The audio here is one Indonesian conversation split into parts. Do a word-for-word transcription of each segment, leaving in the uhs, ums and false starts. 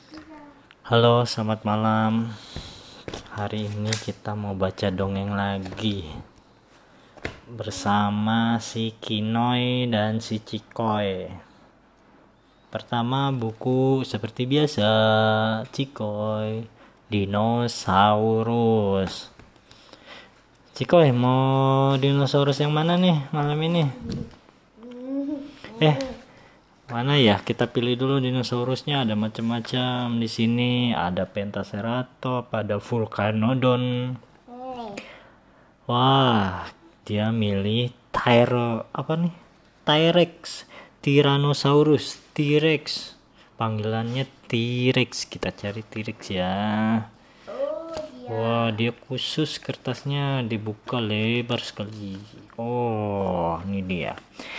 Halo, selamat malam. Hari ini kita mau baca dongeng lagi bersama si Kinoy dan si Cikoy. Pertama buku seperti biasa, Cikoy, Dinosaurus. Cikoy, mau dinosaurus yang mana nih malam ini? Eh, Mana ya? Kita pilih dulu dinosaurusnya. Ada macam-macam di sini. Ada Pentaceratops, ada Vulcanodon. Wah, dia milih Tyro apa nih? T-Rex, Tyrannosaurus, T-Rex. Panggilannya T-Rex. Kita cari T-Rex ya. Wah, dia khusus kertasnya, dibuka lebar sekali. Oh, ini dia.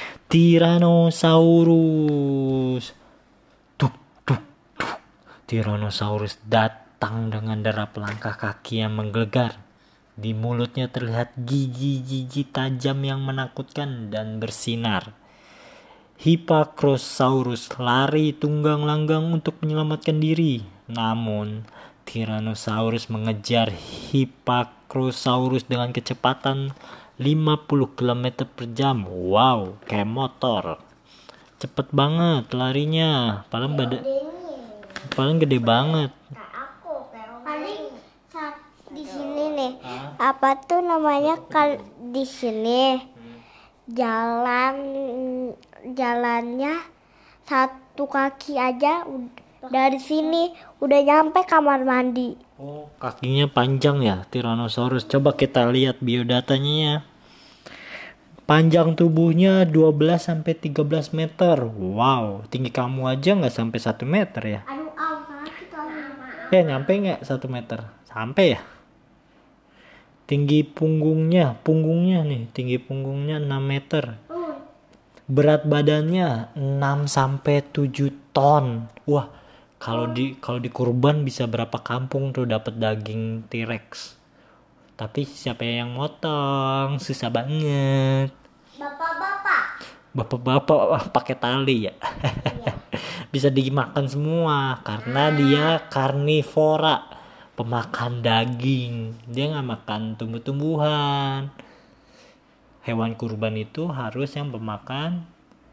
Tyrannosaurus. Tuk, tuk, tuk. Tyrannosaurus datang dengan derap langkah kaki yang menggelegar. Di mulutnya terlihat gigi-gigi tajam yang menakutkan dan bersinar. Hipacrosaurus lari tunggang langgang untuk menyelamatkan diri. Namun, Tyrannosaurus mengejar Hipacrosaurus dengan kecepatan lima puluh kilometer per jam. Wow, kayak motor. Cepet banget larinya. Paling beda, paling gede banget. Paling saat di sini nih. Apa tuh namanya kal di sini? Jalan jalannya satu kaki aja dari sini udah nyampe kamar mandi. Oh, kakinya panjang ya Tyrannosaurus. Coba kita lihat biodatanya ya. Panjang tubuhnya dua belas sampai tiga belas meter. Wow, tinggi kamu aja nggak sampai satu meter ya? Aduh, aw, sakit lagi. Eh, nyampe nggak satu meter? Sampai ya? Tinggi punggungnya, punggungnya nih, tinggi punggungnya enam meter. Berat badannya enam sampai tujuh ton. Wah, kalau di kalau di kurban bisa berapa kampung tuh dapat daging T-Rex. Tapi siapa yang motong? Susah banget. Bapak-bapak. Bapak-bapak wah, pakai tali ya. Iya. Bisa dimakan semua karena dia karnivora, pemakan daging. Dia nggak makan tumbuh-tumbuhan. Hewan kurban itu harus yang pemakan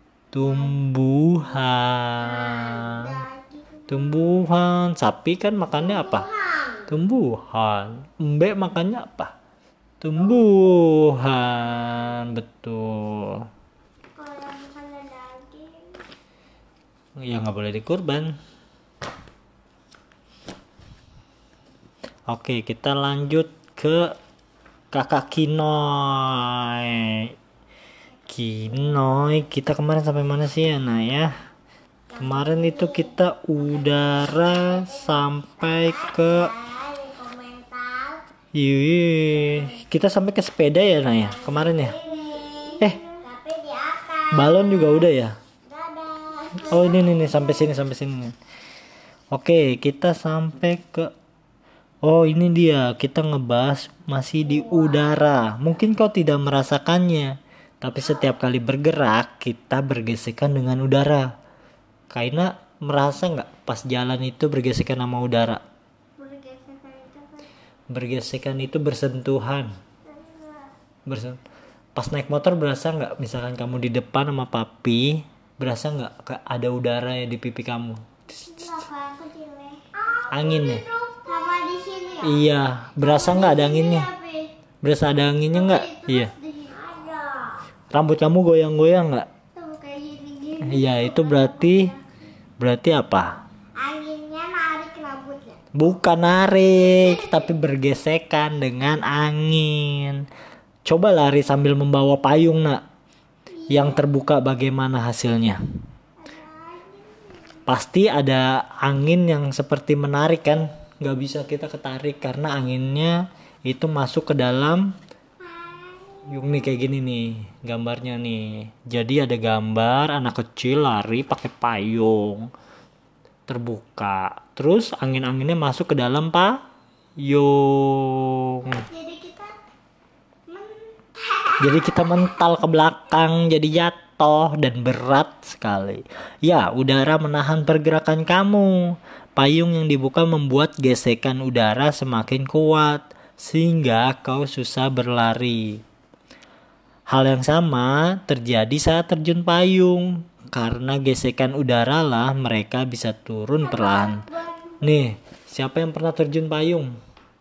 tumbuhan. Tumbuhan. Sapi kan makannya apa? Tumbuhan. Embe makannya apa? Tumbuhan. Betul. Kalau yang makan daging. Ya nggak boleh dikurban. Oke, kita lanjut ke kakak Kinoy. Kinoy, kita kemarin sampai mana sih ya, Nah ya? Kemarin itu kita udara sampai ke Komentar. Ih, kita sampai ke sepeda ya, Nah ya? Kemarin ya? Eh, Tapi di atas. balon juga udah ya? Gak ada. Oh, ini nih, nih sampai sini sampai sini. Oke, kita sampai ke Oh, ini dia. Kita ngebahas masih di udara. Mungkin kau tidak merasakannya, tapi setiap kali bergerak, kita bergesekan dengan udara. Karena merasa nggak pas jalan itu bergesekan sama udara? Bergesekan itu kan. Bergesekan itu bersentuhan. Bersen pas naik motor berasa nggak? Misalkan kamu di depan sama papi, berasa nggak kayak ada udara ya di pipi kamu? Enggak, kayak kecil ya. Angin ya? Sama di sini ya. Iya, berasa nggak ada anginnya? Tapi Berasa ada anginnya nggak? Iya. di sini ada. Rambut kamu goyang-goyang nggak? Tuh kayak gini-gini. Iya, itu berarti berarti apa? Anginnya narik rambutnya. Bukan narik, tapi bergesekan dengan angin. Coba lari sambil membawa payung, Nak. Yang terbuka bagaimana hasilnya? Pasti ada angin yang seperti menarik kan? Gak bisa kita ketarik karena anginnya itu masuk ke dalam yung nih kayak gini nih gambarnya nih. Jadi ada gambar anak kecil lari pakai payung terbuka. Terus angin-anginnya masuk ke dalam payung. Jadi kita men Jadi kita mental ke belakang, jadi jatuh. jatuh dan berat sekali. Ya, udara menahan pergerakan kamu. Payung yang dibuka membuat gesekan udara semakin kuat, sehingga kau susah berlari. Hal yang sama terjadi saat terjun payung. Karena gesekan udara lah mereka bisa turun perlahan. Nih, siapa yang pernah terjun payung?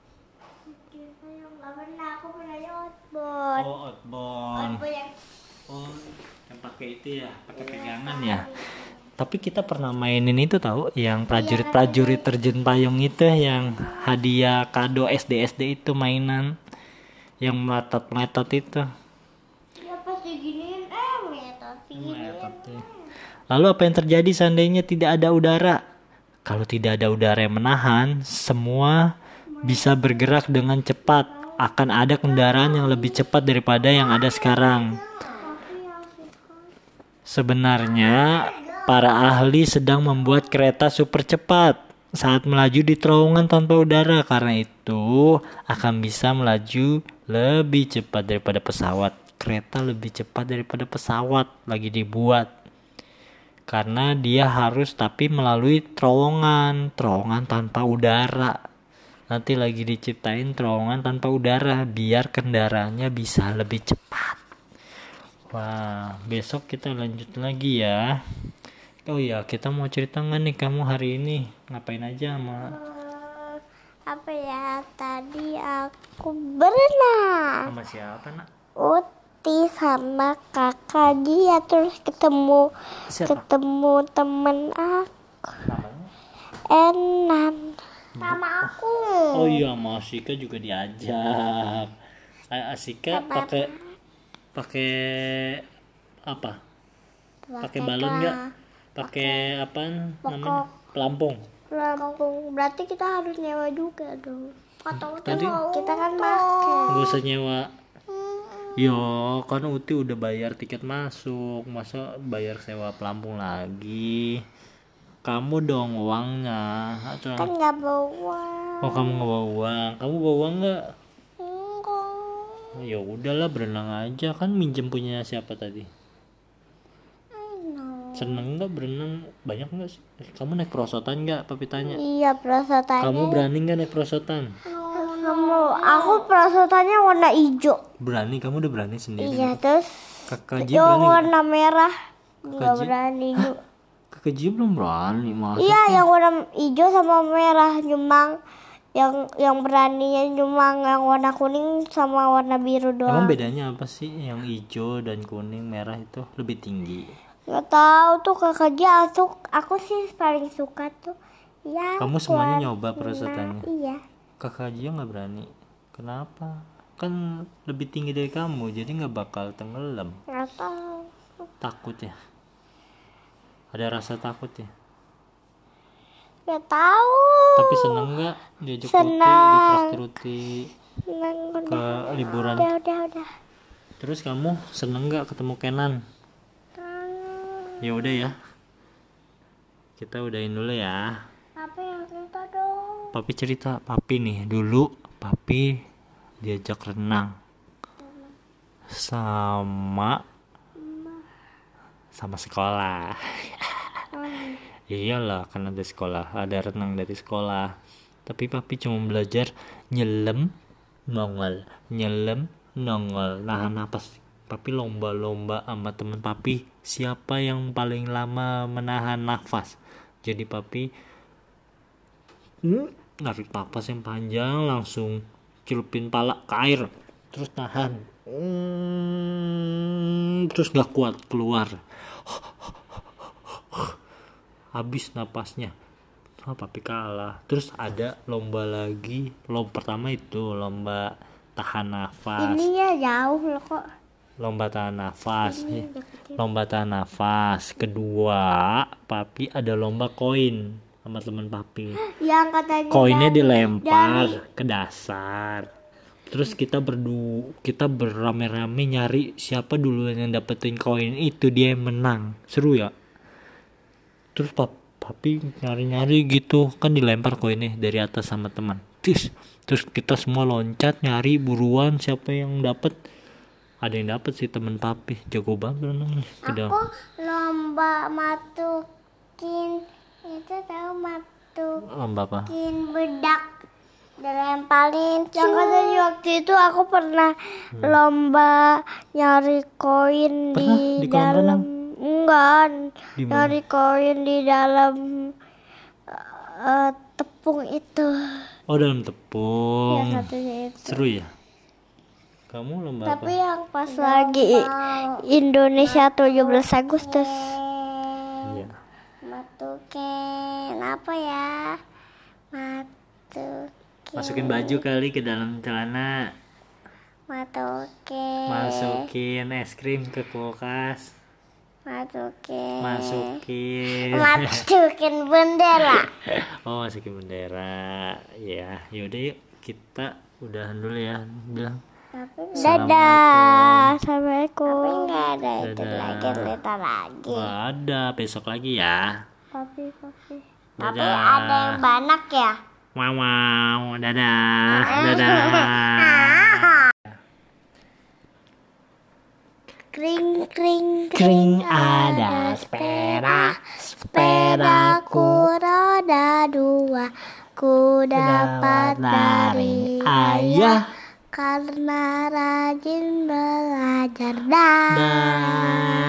Nggak pernah, aku pernah outboard. Oh, outbound. Outboard yang Oh, yang pakai itu ya, pakai pegangan ya. Tapi kita pernah mainin itu tahu, yang prajurit-prajurit terjun payung itu, yang hadiah kado S D S D itu mainan, yang meletot-meletot itu. ya pas diginiin eh metot Meletot ya. Lalu apa yang terjadi seandainya tidak ada udara? Kalau tidak ada udara yang menahan, semua bisa bergerak dengan cepat. Akan ada kendaraan yang lebih cepat daripada yang ada sekarang. Sebenarnya, para ahli sedang membuat kereta super cepat saat melaju di terowongan tanpa udara. Karena itu, akan bisa melaju lebih cepat daripada pesawat. Kereta lebih cepat daripada pesawat lagi dibuat. Karena dia harus tapi melalui terowongan, terowongan tanpa udara. Nanti lagi diciptain terowongan tanpa udara biar kendaraannya bisa lebih cepat. Wah, besok kita lanjut lagi ya. Oh ya, kita mau cerita nggak nih kamu hari ini ngapain aja sama Eh, apa ya tadi aku berenang sama siapa nak? Uti sama kakak dia terus ketemu Siapa? ketemu temen aku Namanya? Enan sama aku. Oh iya, sama Asika juga diajak. A- Asika pakai pakai apa? Pakai balon nggak? Pakai apaan namanya? Pelampung. Lampung berarti kita harus nyewa juga dong. Kata Tadi kita kan pakai. nggak usah nyewa. Yo, kan Uti udah bayar tiket masuk, masa bayar sewa pelampung lagi? Kamu dong uangnya. Atau- Kan nggak bawa. Oh, kamu nggak bawa uang? Kamu bawa uang nggak? Enggak. Ya udahlah, berenang aja, kan minjem punya siapa tadi? Seneng nggak berenang? Banyak nggak sih? Eh, Kamu naik perosotan nggak? Papi tanya. Iya perosotannya. Kamu berani nggak naik perosotan? Kamu, aku perosotannya warna hijau. Berani? Kamu udah berani sendiri? Iya terus Kakak Ji yang berani nggak? warna merah nggak Ji? berani. Ju- Kakak Ji belum berani, masa Iya sih? yang warna hijau sama merah Jumang. Yang yang beraninya cuma yang warna kuning sama warna biru Emang doang. bedanya apa sih? Yang hijau dan kuning merah itu lebih tinggi. Gak tahu tuh kakak dia aku aku sih paling suka tuh. Ya. Kamu semuanya warna- nyoba perosotannya? Iya. Kakak Ji nggak berani. Kenapa? Kan lebih tinggi dari kamu, jadi nggak bakal tenggelam. Gak tahu. Takut ya? Ada rasa takut ya? Gak tahu. Tapi seneng nggak diajak Uti, Senang. ditraktir Uti Senang, ke udah, liburan? udah udah udah. Terus kamu seneng nggak ketemu Kenan? Ya udah ya, kita udahin dulu ya. Apa yang cerita dong? Papi cerita, papi nih dulu papi diajak renang sama sama sekolah. Iyalah, kan ada sekolah, ada renang dari sekolah. Tapi papi cuma belajar nyelam, nongol, nyelam, nongol, nahan napas. Papi lomba-lomba sama temen papi siapa yang paling lama menahan nafas. Jadi papi hmm, narik nafas yang panjang, langsung celupin pala ke air, terus tahan, hmm, terus gak kuat keluar, habis napasnya. Oh, papi kalah. Terus ada lomba lagi. Lomba pertama itu lomba tahan nafas. Ininya jauh loh kok. Lomba tahan nafas. Ini Eh, deketin. Lomba tahan nafas. Kedua, papi ada lomba koin sama teman papi. Yang katanya Koinnya dari- dilempar dari- ke dasar. Terus kita berdu kita berame-rame nyari siapa duluan yang dapetin koin itu, dia yang menang. Seru ya. Terus pap papi nyari-nyari gitu, kan dilempar koinnya dari atas sama teman. Terus terus kita semua loncat nyari buruan siapa yang dapet. Ada yang dapet sih temen papi, jago banget berenang nih. Ke dalam. Aku lomba matukin itu tahu matukin Lomba apa? bedak dilemparin. Yang katanya waktu itu aku pernah hmm. lomba nyari koin di, di kolam dalam renang? Enggak, Dimana? nyari koin di dalam uh, tepung itu. Oh, dalam tepung. Ya, satunya itu. Seru ya? Kamu lomba Tapi apa? yang pas lagi Indonesia tujuh belas Agustus. Iya. Matukin apa ya? Matukin. Masukin baju kali ke dalam celana. Matukin. Masukin es krim ke kulkas. Masukin. Masukin. Masukin bendera. Oh, masukin bendera. Ya, yaudah yuk kita udahan dulu ya. Bilang. Dadah. Assalamualaikum. Tapi nggak ada itu Dadah. lagi, cerita lagi. Wah, ada besok lagi ya. Papi, papi. Dadah. Tapi ada yang banyak ya. Wow, wow. Dadah. Dadah. Kring, kring, Kring ada sepeda, sepedaku roda dua, ku dapat dari ayah karena rajin belajar. Dah. Dah.